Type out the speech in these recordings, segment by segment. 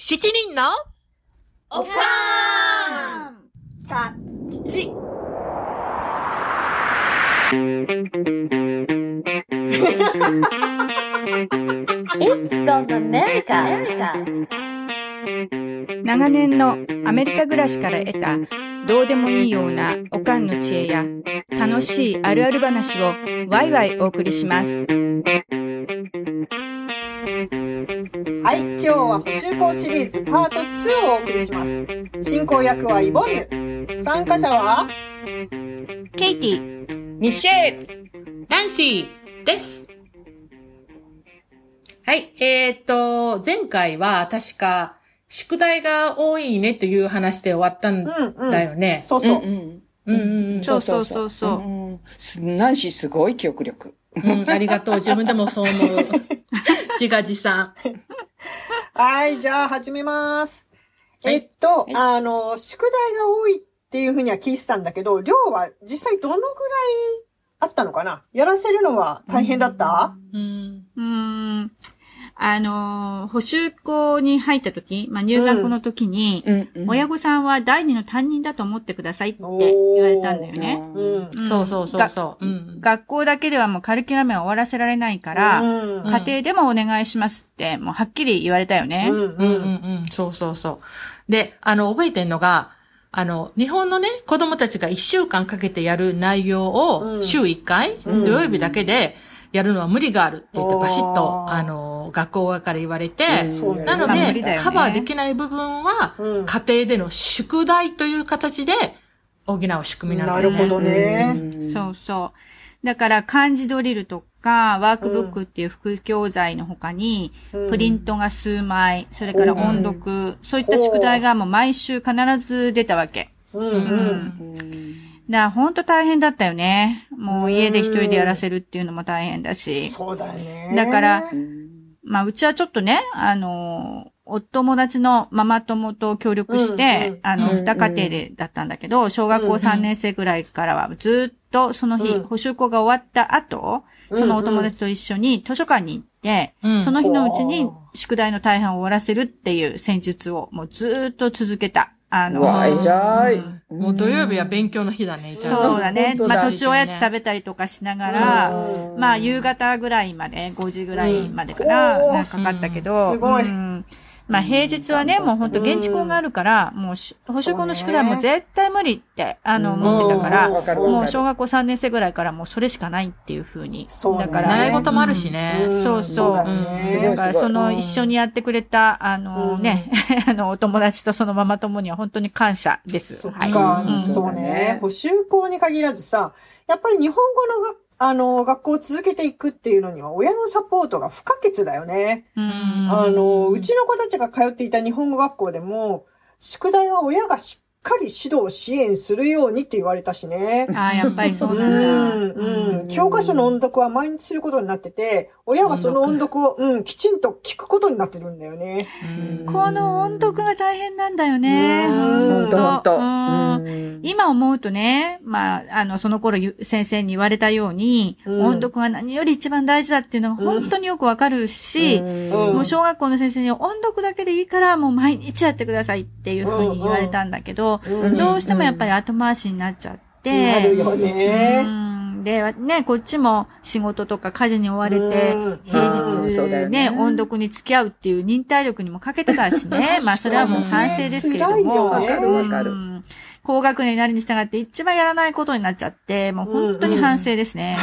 七人のおかーんタッチ It's from America. 長年のアメリカ暮らしから得たどうでもいいようなおかんの知恵や楽しいあるある話をワイワイお送りします。 はい、今日は補習校シリーズパート2をお送りします。進行役はイボンヌ。参加者はケイティ、 ミシェル、 ナンシーです。はい、前回は確か宿題が多いねという話で終わったんだよね。 そうそう。 そうそうそうそう。 ナンシーすごい記憶力。 ありがとう。自分でもそう思う。自画自賛。 はい、じゃあ始めます。宿題が多いっていうふうには聞いてたんだけど、量は実際どのぐらいあったのかな？やらせるのは大変だった？ 補習校に入った時、入学の時に、親御さんは第二の担任だと思ってくださいって言われたんだよね。 そうそうそうそう、 学校だけではもうカリキュラムを終わらせられないから、家庭でもお願いしますって、もうはっきり言われたよね。 そうそうそう。で、覚えてんのが、日本のね、子供たちが1週間かけてやる内容を、週1回、土曜日だけでやるのは無理があるって言ってバシッと、学校側から言われて、なので、カバーできない部分は、家庭での宿題という形で補う仕組みなんだよね。 なるほどね。 そうそう。だから漢字ドリルとか、ワークブックっていう副教材の他に、プリントが数枚、それから音読、そういった宿題がもう毎週必ず出たわけ。だからほんと大変だったよね。もう家で一人でやらせるっていうのも大変だし。 そうだよね。 だから、うちはちょっとね、お友達のママ友と協力して、二家庭でだったんだけど、小学校3年生ぐらいからはずっとその日、補習校が終わった後、そのお友達と一緒に図書館に行って、その日のうちに宿題の大半を終わらせるっていう戦術をもうずっと続けた。 偉い。 もう土曜日は勉強の日だね、じゃあ。 そうだね。途中おやつ食べたりとかしながら、夕方ぐらいまで、5時ぐらいまでかな、かかったけど、 すごい。 平日はね、もうほんと現地校があるから、もう補習校の宿題も絶対無理って、思ってたから、もう小学校3年生ぐらいからもうそれしかないっていう風に。だから、 習い事もあるしね。 そうそう。だからその一緒にやってくれた、お友達とそのママ友には本当に感謝です。 そっか、そうね。補習校に限らずさ、やっぱり日本語の学校を続けていくっていうのには親のサポートが不可欠だよね。うちの子たちが通っていた日本語学校でも、宿題は親がしっかり指導支援するようにって言われたしね。 やっぱりそうなんだ。 教科書の音読は毎日することになってて、親はその音読を、きちんと聞くことになってるんだよね。 この音読が大変なんだよね。本当。今思うとね、その頃先生に言われたように、音読が何より一番大事だっていうのが本当によくわかるし、もう小学校の先生に音読だけでいいからもう毎日やってくださいっていうふうに言われたんだけど、どうしてもやっぱり後回しになっちゃって。 なるよね。 で、ね、こっちも仕事とか家事に追われて、平日ね、音読に付き合うっていう忍耐力にも欠けてたしね。それはもう反省ですけれども。 わかる。 高学年になるに従って一番やらないことになっちゃって、もう本当に反省ですね。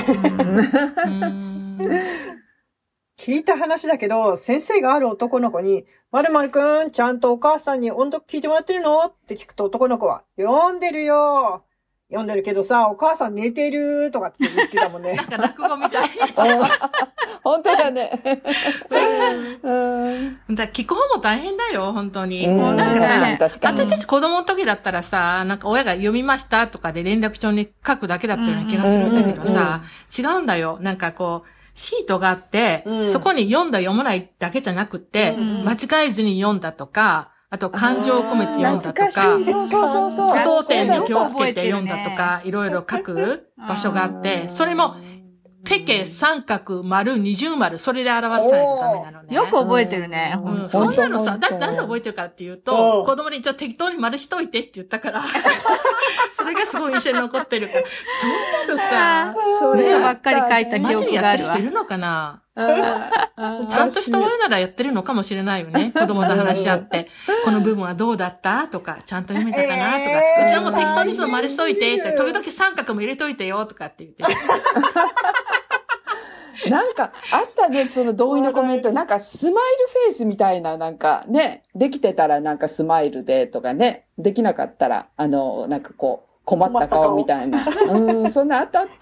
聞いた話だけど、先生がある男の子に、〇〇くん、ちゃんとお母さんに音読聞いてもらってるのって聞くと男の子は、読んでるよ。読んでるけどさ、お母さん寝てるとかって言ってたもんね。 なんか落語みたい。 本当だね。 聞く方も大変だよ、本当に。 なんかさ、 確かに私たち子供の時だったらさ、なんか親が読みましたとかで連絡帳に書くだけだったような気がするんだけどさ、違うんだよ。なんかこう、シートがあって、そこに読んだ読まないだけじゃなくって、間違えずに読んだとか、あと感情を込めて読んだとか、句読点に気をつけて読んだとか、いろいろ書く場所があって、それもペケ、三角、丸、二重丸、それで表さないとダメなのね。 よく覚えてるね。 そんなのさ、なんで覚えてるかっていうと、子供にじゃあ適当に丸しといてって言ったから、それがすごい印象に残ってるから、そんなのさ、 嘘ばっかり書いた記憶があるわ。 マジでやってる人いるのかなちゃんとした親ならやってるのかもしれないよね。子供と話し合って、この部分はどうだったとか、ちゃんと読めたかなとか、うちはもう適当にその丸しといてって、時々三角も入れといてよとかって言ってる。 なんか、あったね、その同意のコメント。なんか、スマイルフェイスみたいな、なんかね、できてたらなんかスマイルでとかね、できなかったら、なんかこう、困った顔みたいな。そんなあったあった。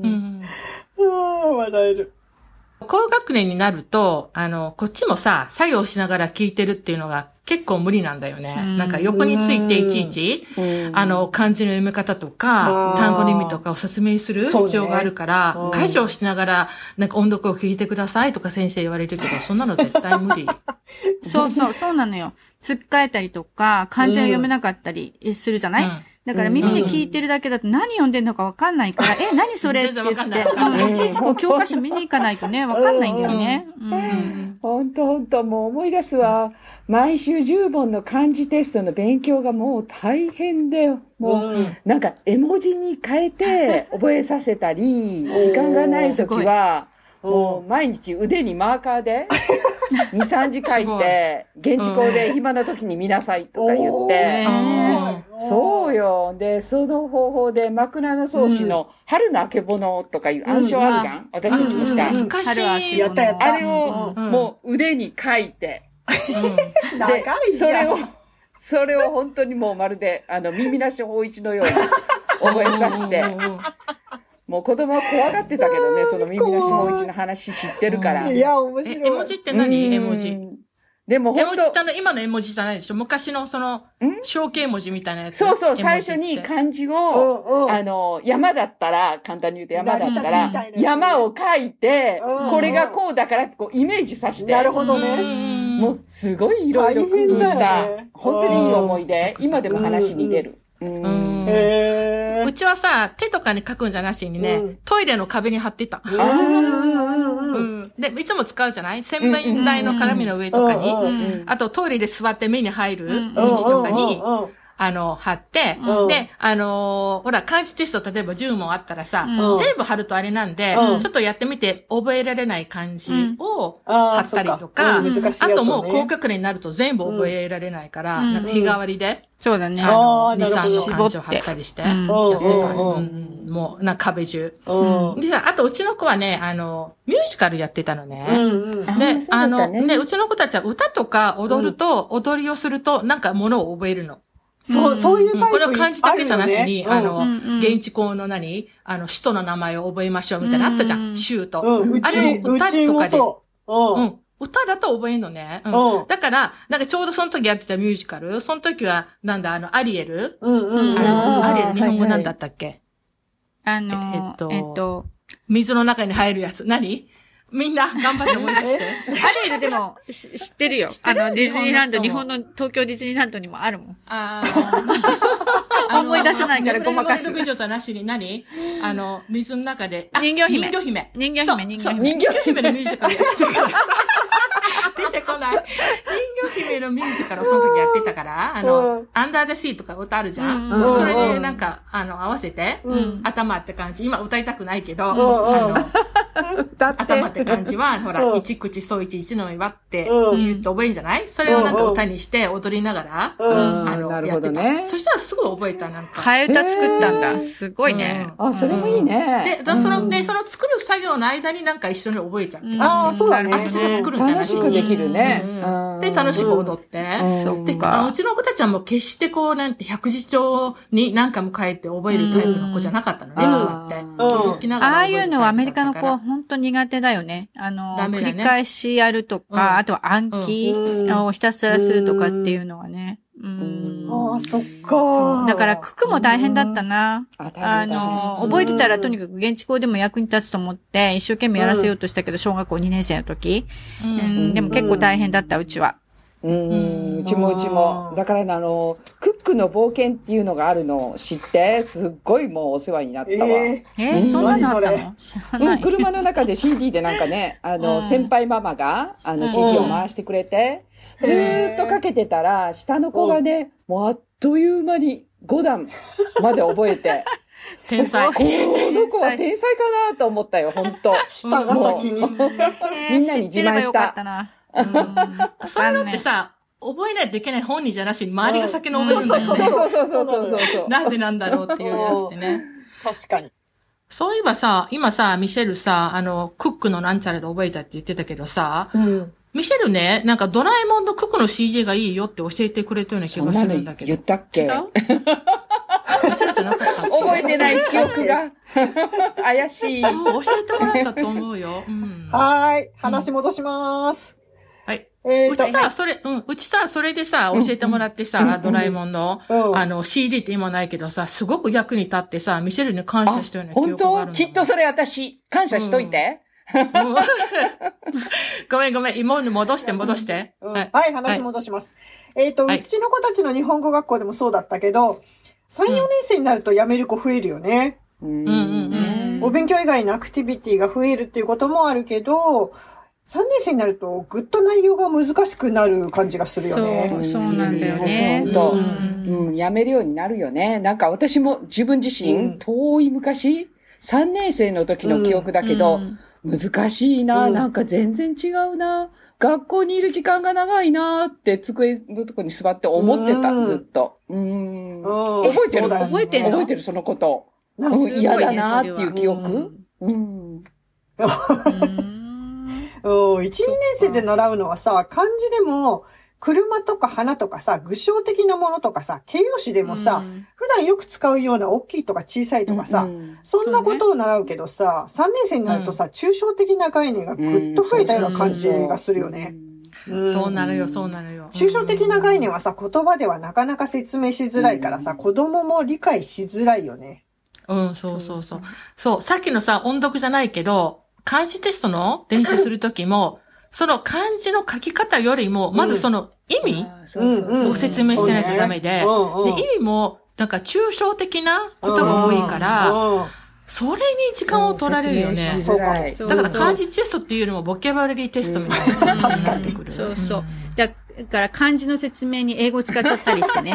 笑える。 高学年になると、こっちもさ、作業しながら聞いてるっていうのが結構無理なんだよね。なんか横についていちいち、漢字の読み方とか、単語の意味とかを説明する必要があるから、解消しながら、なんか音読を聞いてくださいとか先生言われるけど、そんなの絶対無理。 そうなのよ。つっかえたりとか、漢字が読めなかったりするじゃない？だから耳で聞いてるだけだと何読んでんのかわかんないから、何それって言って、いちいちこう教科書見に行かないとね、わかんないんだよね。 ほんと、もう思い出すわ。毎週10本の漢字テストの勉強がもう大変だよ。もう、なんか絵文字に変えて覚えさせたり、時間がないときは、もう毎日腕にマーカーで2、3字書いて、現地校で暇な時に見なさいとか言って、そうよ。で、その方法で枕草子の春のあけぼのとかいう暗唱あるじゃん、私たちもした。 懐かしい。 やった。 あれをもう腕に書いて、 長いじゃん。 それを本当にもうまるで、耳なし法一のように覚えさせて、もう子供は怖がってたけどね、その耳なし法一の話知ってるから。 いや、面白い。 絵文字って何？絵文字。 でも絵文字って今の絵文字じゃないでしょ？昔のその、象形文字みたいなやつ。 そう、最初に漢字を、山だったら、簡単に言うと山だったら、山を書いて、これがこうだからってこうイメージさせて。 なるほどね。 もうすごいいろいろ工夫した、本当にいい思い出。今でも話に出る。 うちはさ、手とかに書くんじゃなしにね、トイレの壁に貼ってた。で、いつも使うじゃない？洗面台の鏡の上とかに、あとトイレで座って目に入る道とかに、貼って、で、ほら、漢字テスト例えば10問あったらさ、全部貼るとあれなんで、ちょっとやってみて覚えられない漢字を貼ったりとか、あともう高学年になると全部覚えられないから、なんか日替わりで、 そうだね。 2、3の漢字を貼ったりして、やってた。もう、壁中。で、あとうちの子はね、ミュージカルやってたのね。で、うちの子たちは歌とか踊ると、踊りをすると、なんかものを覚えるの。 そういうタイプ。 これを漢字だけじゃなしに、現地校の首都の名前を覚えましょうみたいなのあったじゃん。州と。あれも歌とかで。歌だと覚えんのね。だから、なんかちょうどその時やってたミュージカル、その時は、アリエルアリエル日本語なんだったっけ？水の中に入るやつ。何？みんな頑張って思い出して。 アリエルでも知ってるよ。ディズニーランド、日本の東京ディズニーランドにもあるもん。思い出せないからごまかす。 美女さなしに何？水の中で。 人魚姫。 人魚姫。 人魚姫。 人魚姫のミュージカルやってたからさ。出てこない。人魚姫のミュージカルをその時やってたから、アンダーザシーとか歌あるじゃん。それでなんか、合わせて、頭って感じ。今歌いたくないけど、頭って感じは、ほら、一口そう一の岩って言って覚えるんじゃない？それをなんか歌にして踊りながら、やってた。そしたらすごい覚えた、なんか。 替え歌作ったんだ。すごいね。 それもいいね。 で、その作る作業の間になんか一緒に覚えちゃって。 そうだね。 私が作るんじゃなしに。 できるね。 で、楽しく踊って。で、うちの子たちはもう決してこう、なんて百字帳に何回も書いて覚えるタイプの子じゃなかったのね、そうって。 ああいうのはアメリカの子は本当苦手だよね。繰り返しやるとか、あとは暗記をひたすらするとかっていうのはね。 そっか。 だから九九も大変だったな。覚えてたらとにかく現地校でも役に立つと思って一生懸命やらせようとしたけど、小学校2年生の時。でも結構大変だった、うちは。 うちも。だからクックの冒険っていうのがあるのを知って、すっごいもうお世話になったわ。 そんなのあったの？知らない。 車の中で CD でなんかね、先輩ママが、CD を回してくれて、ずーっとかけてたら、下の子がね、もうあっという間に5段まで覚えて、 天才。 この子は天才かなと思ったよ、本当。 下が先に。 みんなに自慢した。 そういうのってさ、覚えないといけない本人じゃなしに周りが先に覚えるんだよね。 そう。 なぜなんだろうっていうやつでね。 確かに。 そういえばさ、今さ、ミシェルさ、クックのなんちゃらで覚えたって言ってたけどさ、ミシェルね、なんかドラえもんのクックの CD がいいよって教えてくれたような気がするんだけど。 言ったっけ？ 違う？ミシェルじゃなかったっけ？ 覚えてない記憶が怪しい。 教えてもらったと思うよ。 話戻します。 はい。うちさ、それでさ、教えてもらってさ、ドラえもんの、CD って今ないけどさ、すごく役に立ってさ、ミシェルに感謝したような記憶があるの。 本当？きっとそれ私、感謝しといて。 ごめん、今に戻して。 はい、話戻します。うちの子たちの日本語学校でもそうだったけど、3、4年生になると辞める子増えるよね。お勉強以外のアクティビティが増えるっていうこともあるけど、3年生になるとぐっと内容が難しくなる感じがするよね。 そうなんだよね。 やめるようになるよね。なんか私も自分自身、遠い昔、3年生の時の記憶だけど、難しいな、なんか全然違うな。学校にいる時間が長いなって机のとこに座って思ってた、ずっと。覚えてるそのこと。嫌だなっていう記憶。 1、2年生で習うのはさ、漢字でも、車とか花とかさ、具象的なものとかさ、形容詞でもさ、普段よく使うような大きいとか小さいとかさ、そんなことを習うけどさ、3年生になるとさ、抽象的な概念がぐっと増えたような感じがするよね。 そうなるよ。 抽象的な概念はさ、言葉ではなかなか説明しづらいからさ、子供も理解しづらいよね。 そう。さっきのさ、音読じゃないけど、漢字テストの練習するときも、その漢字の書き方よりも、まずその意味を説明してないとダメで、意味もなんか抽象的なことが多いから、それに時間を取られるよね。だから漢字テストっていうよりもボキャブラリーテストみたいな。 確かに。 そう。だから漢字の説明に英語使っちゃったりしてね。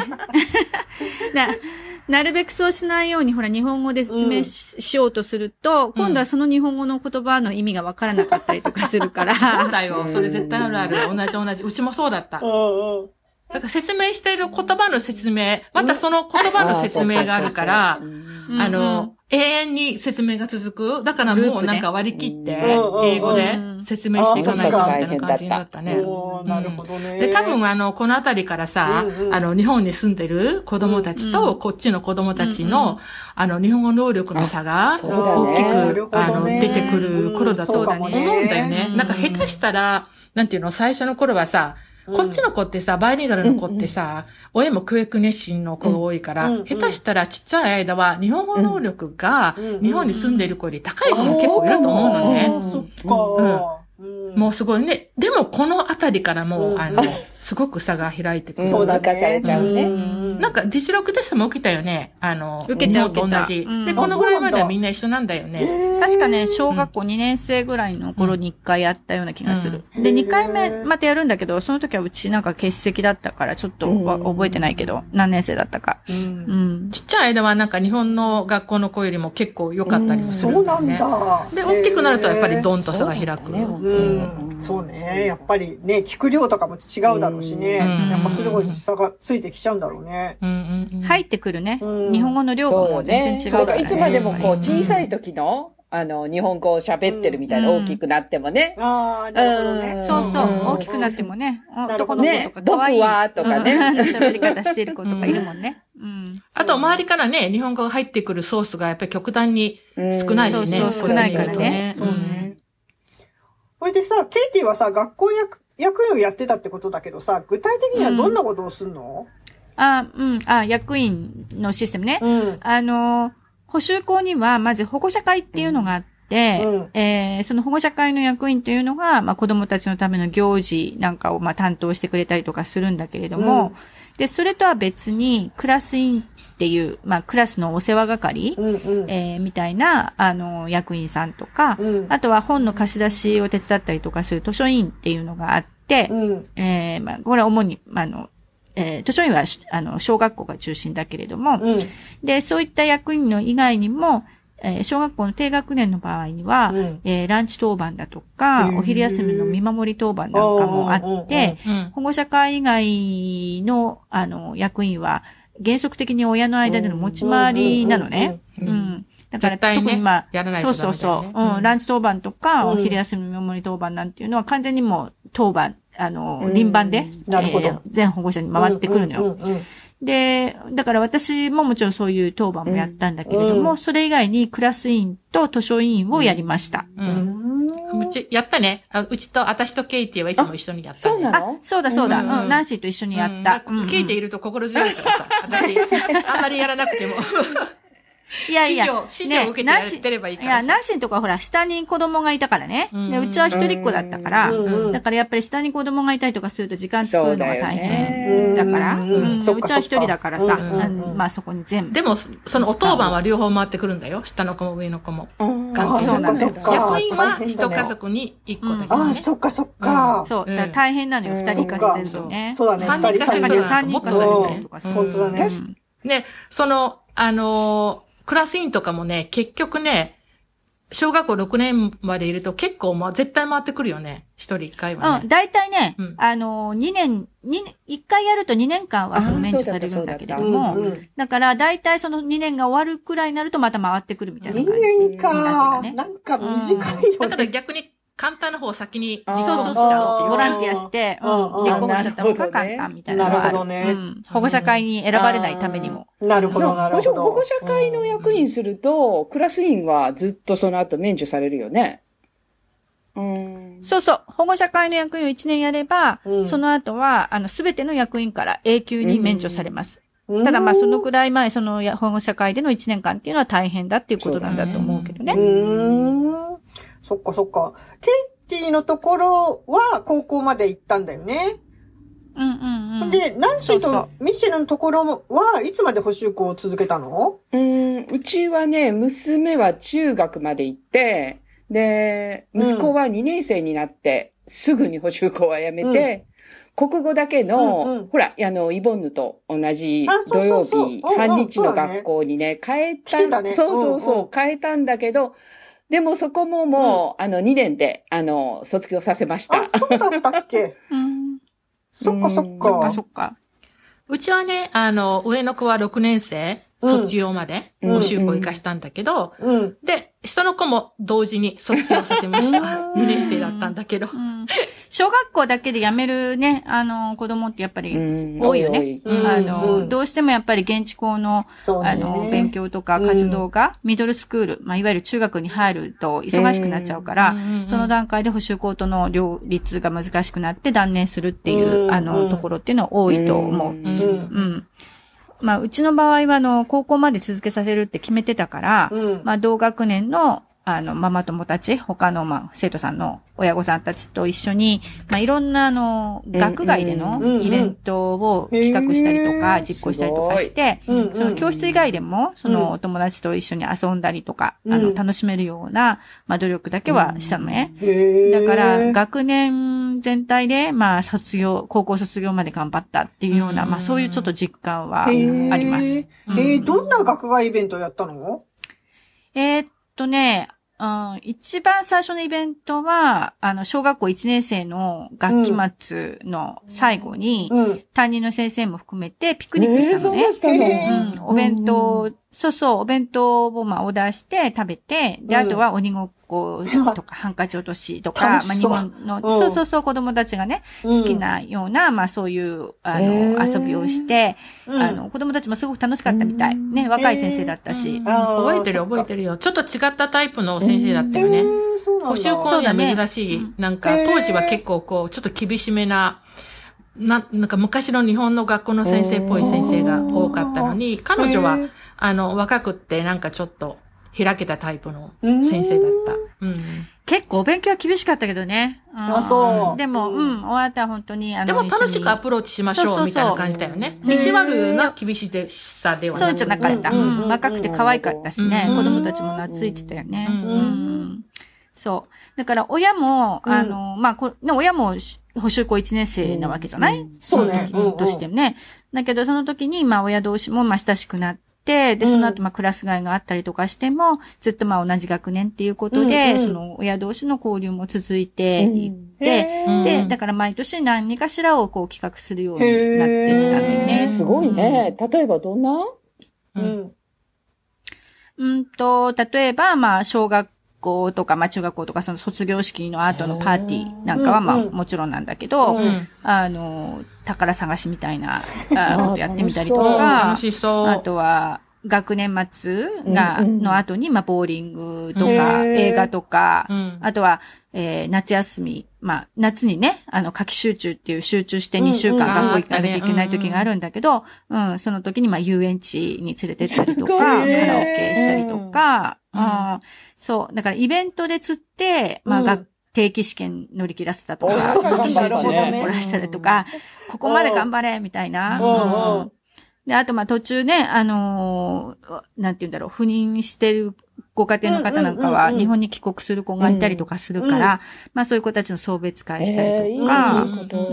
なるべくそうしないように、ほら、日本語で説明 しようとすると、今度はその日本語の言葉の意味がわからなかったりとかするから。 そうだよ。それ絶対ある。同じ。うちもそうだった。だから説明している言葉の説明、またその言葉の説明があるから、永遠に説明が続く。だからもうなんか割り切って、英語で説明していかないとみたいな感じになったね。 なるほどね。 で、多分このあたりからさ、日本に住んでる子供たちと、こっちの子供たちの、日本語能力の差が大きく、出てくる頃だと思うんだよね。なんか下手したら、なんていうの、最初の頃はさ、こっちの子ってさ、バイリンガルの子ってさ、親も教育熱心の子が多いから、下手したらちっちゃい間は日本語能力が日本に住んでいる子より高い子も結構いると思うのね。 そっか。 もうすごいね。でもこのあたりからもう、すごく差が開いてくる。 そうだかされちゃうね。 なんか実力テストも受けたよね。 受けた。 日本と同じ。で、このぐらいまではみんな一緒なんだよね。 確かね、小学校2年生ぐらいの頃に1回やったような気がする。で、2回目またやるんだけど、その時はうちなんか欠席だったから、ちょっと覚えてないけど、何年生だったか。 ちっちゃい間はなんか日本の学校の子よりも結構良かったりもするんだよね。 そうなんだ。 で、大きくなるとやっぱりドンと差が開く。 そうね。やっぱりね、聞く量とかも違うだろうしね。やっぱすごい差がついてきちゃうんだろうね。 入ってくるね。日本語の量がもう全然違うからね。 いつまでもこう小さい時の日本語を喋ってるみたいな大きくなってもね。 ああ、なるほどね。 そうそう。大きくなってもね。男の子とか僕はとかね。 喋り方してる子とかいるもんね。 あと周りからね、日本語が入ってくるソースがやっぱり極端に少ないしね。 少ないからね。 そうね。それでさ、ケイティはさ、学校役員をやってたってことだけどさ、具体的にはどんなことをするの？ 役員のシステムね。補習校には、まず保護者会っていうのがあって、その保護者会の役員というのが、まあ子供たちのための行事なんかをまあ担当してくれたりとかするんだけれども、で、それとは別に、クラス委員っていう、まあ、クラスのお世話係、みたいな、役員さんとか、あとは本の貸し出しを手伝ったりとかする図書委員っていうのがあって、まあ、これは主に、図書委員は、小学校が中心だけれども、で、そういった役員の以外にも、小学校の低学年の場合には、ランチ当番だとか、お昼休みの見守り当番なんかもあって、保護者会以外の、役員は、原則的に親の間での持ち回りなのね。だから、特にまあ、そうそうそう、ランチ当番とか、お昼休み見守り当番なんていうのは完全にもう当番、輪番で、全保護者に回ってくるのよ。で、だから私ももちろんそういう当番もやったんだけれども、それ以外にクラス委員と図書委員をやりました。 やったね。うちと、私とケイティはいつも一緒にやったね。 そうなの？ そうだそうだ。ナンシーと一緒にやった。 ケイティいると心強いからさ、私、あんまりやらなくても。 いやいや、 指示を受けてやってればいいから。 いや、ナンシーのとこはほら、下に子供がいたからね。で、うちは一人っ子だったから、だからやっぱり下に子供がいたりとかすると時間作るのが大変だから、うちは一人だからさ、まあそこに全部。 でも、そのお当番は両方回ってくるんだよ。下の子も上の子も。 そうなんだよ。 役員は一家族に一個だけ。 あ、そっかそっか。 そう、だから大変なのよ、二人行かせてるとね。 そうだね、 三人行かせると三人行かせたりとかする。 本当だね。 ね、クラス委員とかもね、結局ね、小学校6年までいると結構絶対回ってくるよね。一人一回はね。 大体ね、1回やると2年間はその免除されるんだけれども、だから大体その2年が終わるくらいになるとまた回ってくるみたいな感じになってたね。 2年か。なんか短いよね。 だから逆に簡単な方を先にそうそうそう。ボランティアして、立候補しちゃった方が簡単みたいなのがある。 なるほどね。 保護者会に選ばれないためにも。 なるほど、なるほど。 保護者会の役員すると、クラス委員はずっとその後免除されるよね。 そうそう。保護者会の役員を1年やれば、その後は、すべての役員から永久に免除されます。ただまあそのくらい前、その保護者会での1年間っていうのは大変だっていうことなんだと思うけどね。 そっかそっか。ケイティのところは高校まで行ったんだよね。で、ナンシーとミッシェルのところはいつまで補習校を続けたの？ うちはね、娘は中学まで行って、で、息子は2年生になって、すぐに補習校はやめて、国語だけの、ほら、イボンヌと同じ土曜日、半日の学校にね、変えた。そう、変えたんだけど、でもそこももう、2年で、卒業させました。 あ、そうだったっけそっかそっか。 そっか。 うちはね、上の子は6年生、卒業まで、補習校行かしたんだけど、で、下の子も同時に卒業させました。2年生だったんだけど。 小学校だけで辞めるね、子供ってやっぱり多いよね。どうしてもやっぱり現地校の、勉強とか活動が、ミドルスクール、まあ、いわゆる中学に入ると忙しくなっちゃうから、その段階で補習校との両立が難しくなって断念するっていう、ところっていうのは多いと思う。まあ、うちの場合は、高校まで続けさせるって決めてたから、まあ、同学年の、ママ友たち、他の、まあ、生徒さんの親御さんたちと一緒に、まあ、いろんな、学外でのイベントを企画したりとか、実行したりとかして、その教室以外でも、そのお友達と一緒に遊んだりとか、楽しめるような、まあ、努力だけはしたのね。だから、学年全体で、まあ、高校卒業まで頑張ったっていうような、まあ、そういうちょっと実感はあります。 どんな学外イベントをやったの？ 一番最初のイベントは、小学校1年生の学期末の最後に、担任の先生も含めてピクニックしたのね。お弁当、お弁当をまあオーダーして食べて、で、あとは鬼ごっことかハンカチ落としとか、まあ日本の、子供たちがね、好きなような、まあそういう、遊びをして、子供たちもすごく楽しかったみたい。ね、若い先生だったし。 覚えてるよ。ちょっと違ったタイプの先生だったよね。補習校には珍しい。なんか、当時は結構ちょっと厳しめな、なんか昔の日本の学校の先生っぽい先生が多かったのに、彼女は、若くってなんかちょっと、 開けたタイプの先生だった。 結構お勉強は厳しかったけどね。 そう。 でも、終わったら本当に、 でも楽しくアプローチしましょうみたいな感じだよね。意地悪な厳しさではない。そうじゃなかった。若くて可愛かったしね。子供たちも懐いてたよね。そう。だから親も、親も補習校1年生なわけじゃない？ そうね。 としてもね。だけどその時に、親同士も親しくなって、で、その後、クラス替えがあったりとかしても、ずっと同じ学年っていうことで、その親同士の交流も続いていって、で、だから毎年何かしらを企画するようになっていったんだよね。 すごいね。例えばどんな？ 例えば、小学校とか、中学校とか、その卒業式の後のパーティーなんかは、もちろんなんだけど、宝探しみたいなことやってみたりとか、 楽しそう。 あとは、学年末の後に、ボーリングとか、映画とか、あとは、夏休み、夏にね、夏季集中っていう集中して2週間学校行かなきゃいけない時があるんだけど、その時に遊園地に連れてったりとか、カラオケしたりとか、そう。だからイベントで釣って、定期試験乗り切らせたとか、夏季集中で残らせたりとか、ここまで頑張れみたいな。で、あと、途中ね、なんて言うんだろう、不妊してるご家庭の方なんかは、日本に帰国する子がいたりとかするから、そういう子たちの送別会したりとか、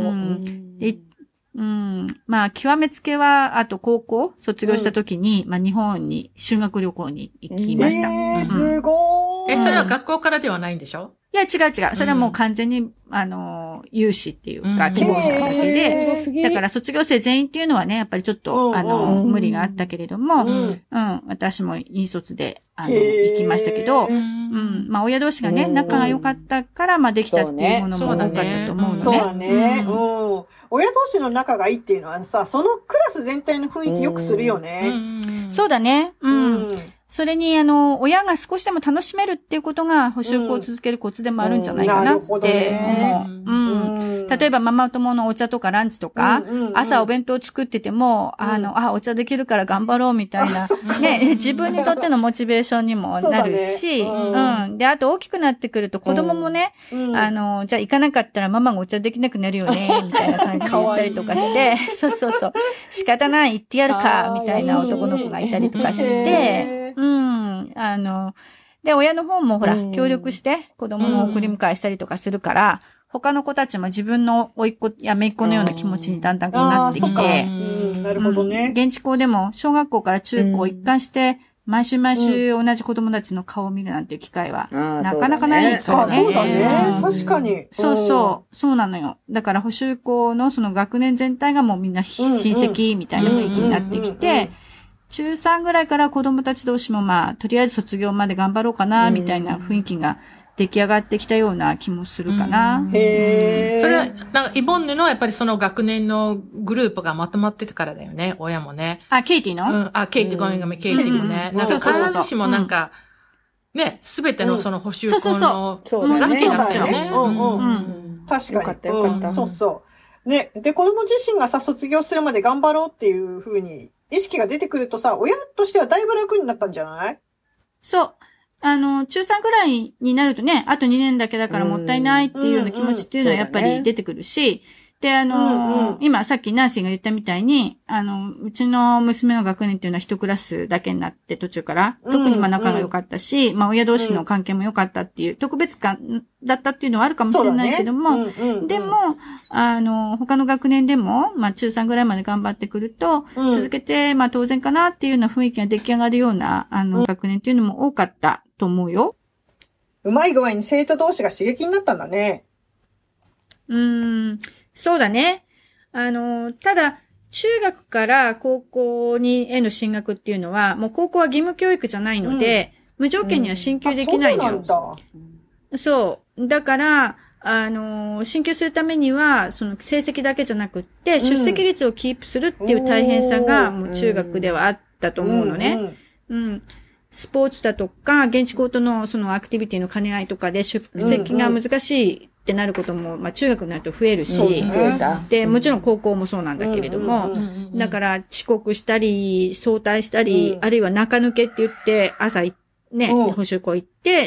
極めつけは、あと高校卒業した時に、日本に修学旅行に行きました。 すごーい。 それは学校からではないんでしょ？ いや、違う。それはもう完全に、有志っていうか、希望者だけで、だから卒業生全員っていうのはね、やっぱりちょっと、無理があったけれども、私も引率で、行きましたけど、親同士がね、仲が良かったから、できたっていうものも多かったと思うのね。 そうだね。親同士の仲がいいっていうのはさ、そのクラス全体の雰囲気良くするよね。 そうだね。それに、親が少しでも楽しめるっていうことが、補習校を続けるコツでもあるんじゃないかなって思う。例えば、ママ友のお茶とかランチとか、朝お弁当作ってても、お茶できるから頑張ろうみたいな、ね、自分にとってのモチベーションにもなるし、で、あと大きくなってくると子供もね、じゃあ行かなかったらママがお茶できなくなるよね、みたいな感じで言ったりとかして、そう。仕方ない、言ってやるか、みたいな男の子がいたりとかして、で、親の方もほら、協力して子供の送り迎えしたりとかするから、他の子たちも自分の甥っ子や姪っ子のような気持ちにだんだんなってきて、 なるほどね。 現地校でも小学校から中高一貫して、毎週同じ子供たちの顔を見るなんていう機会は、なかなかないからね。 そうだね。確かに。 そうなのよ。だから補習校のその学年全体がもうみんな親戚みたいな雰囲気になってきて、中3ぐらいから子供たち同士もとりあえず卒業まで頑張ろうかな、みたいな雰囲気が出来上がってきたような気もするかな。 それは、イボンヌのやっぱりその学年のグループがまとまってたからだよね、親もね。 ケイティの？ ケイティ、ごめん、ケイティもね。必ずしもね、すべてのその補習校のラッキーになっちゃうね。 確かに。 よかった。 そう。ね、で、子供自身が卒業するまで頑張ろうっていう風に、意識が出てくるとさ、親としてはだいぶ楽になったんじゃない？ そう。中3ぐらいになるとね、あと2年だけだからもったいないっていうような気持ちっていうのはやっぱり出てくるし、で、今さっきナンシーが言ったみたいに、うちの娘の学年っていうのは一クラスだけになって途中から、特に仲が良かったし、親同士の関係も良かったっていう、特別感だったっていうのはあるかもしれないけども、でも、他の学年でも、中3ぐらいまで頑張ってくると、続けて、当然かなっていうような雰囲気が出来上がるような、学年っていうのも多かったと思うよ。 うまい具合に生徒同士が刺激になったんだね。 そうだね。ただ、中学から高校への進学っていうのは、もう高校は義務教育じゃないので、無条件には進級できないのよ。そう。だから、進級するためには、その成績だけじゃなくって、出席率をキープするっていう大変さが、もう中学ではあったと思うのね。スポーツだとか、現地校とのそのアクティビティの兼ね合いとかで出席が難しいってなることも、中学になると増えるし、で、もちろん高校もそうなんだけれども、だから遅刻したり、早退したり、あるいは中抜けって言って朝ね、補習校行って、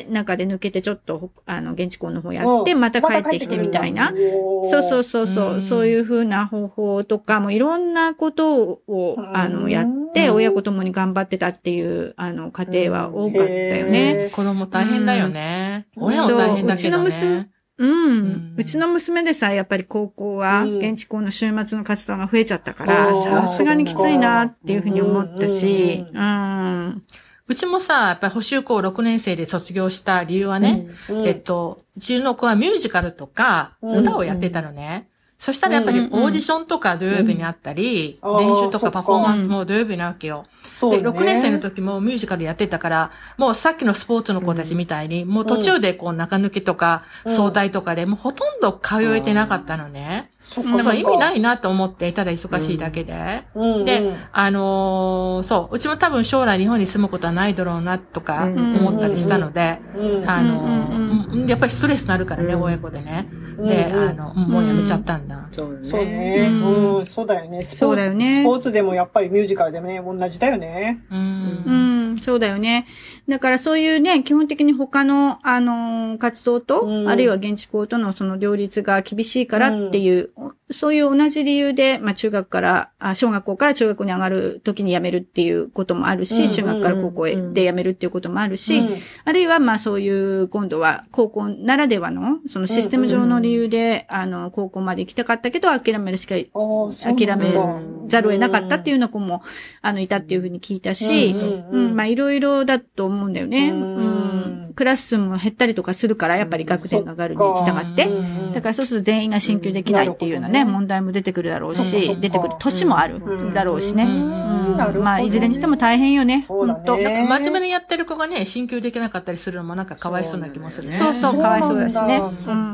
中で抜けてちょっと、現地校の方やって、また帰ってきてみたいな。そういう風な方法とか、もいろんなことを、やって、親子ともに頑張ってたっていう、家庭は多かったよね。 子供大変だよね。親も大変だけどね。 うちの娘でさえやっぱり高校は現地校の週末の活動が増えちゃったから、さすがにきついなっていうふうに思ったし、 うちもさ、やっぱり補習校6年生で卒業した理由はね、うちの子はミュージカルとか歌をやってたのね。そしたらやっぱりオーディションとか土曜日にあったり、練習とかパフォーマンスも土曜日なわけよ。で、6年生の時もミュージカルやってたから、もうさっきのスポーツの子たちみたいに、もう途中でこう中抜きとか、早退とかで、もうほとんど通えてなかったのね。だから意味ないなと思っていたら忙しいだけで。で、そう、うちも多分将来日本に住むことはないだろうなとか思ったりしたので、やっぱりストレスになるからね、親子でね。で、もうやめちゃったんだ。 そうね。そうだよね。スポーツでもやっぱりミュージカルでもね、同じだよね。 そうだよね。だからそういうね、基本的に他の、活動と、あるいは現地校とのその両立が厳しいからっていう、そういう同じ理由で、まあ小学校から中学校に上がる時に辞めるっていうこともあるし、中学から高校で辞めるっていうこともあるし、あるいはまあそういう今度は高校ならではの、そのシステム上の理由で、高校まで行きたかったけど諦めざるを得なかったっていうような子も、いたっていうふうに聞いたし、まあいろいろだと思うんだよね。クラス数も減ったりとかするから、やっぱり学年が上がるに従って。だからそうすると全員が進級できないっていうようなね、問題も出てくるだろうし、出てくる年もあるだろうしね。まあいずれにしても大変よね。本当。 真面目にやってる子がね、進級できなかったりするのもなんかかわいそうな気もするね。 そう、かわいそうだしね。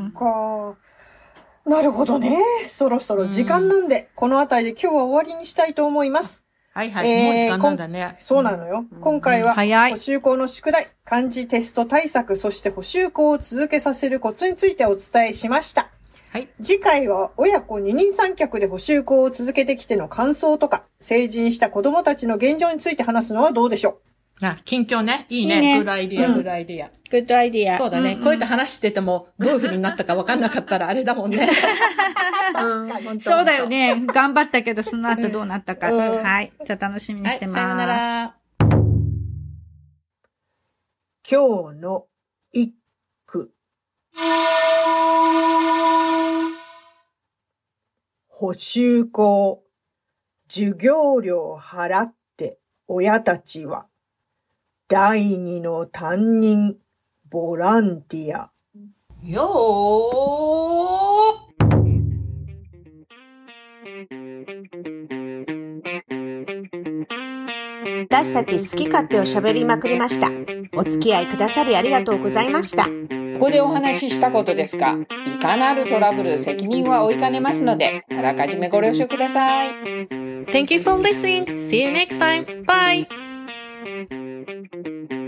なるほどね。そろそろ時間なんで、このあたりで今日は終わりにしたいと思います。 はいはい。もう時間なんだね。 そうなのよ。今回は、補習校の宿題、漢字テスト対策、そして補習校を続けさせるコツについてお伝えしました。はい。次回は、親子二人三脚で補習校を続けてきての感想とか、成人した子供たちの現状について話すのはどうでしょう？ 近況ね。いいね。グッドアイディア、グッドアイディア。 グッドアイディア。 そうだね。こうやって話してても、どういう風になったか分かんなかったらあれだもんね。 そうだよね。頑張ったけど、その後どうなったか。はい。じゃあ楽しみにしてます。 さよなら。 今日の一句。補習校、授業料払って親たちは、第二の担任、ボランティア。 よー。 私たち好き勝手を喋りまくりました。お付き合いくださりありがとうございました。ここでお話ししたことですが、いかなるトラブル、責任は負いかねますので、あらかじめご了承ください。 Thank you for listening. See you next time. Bye.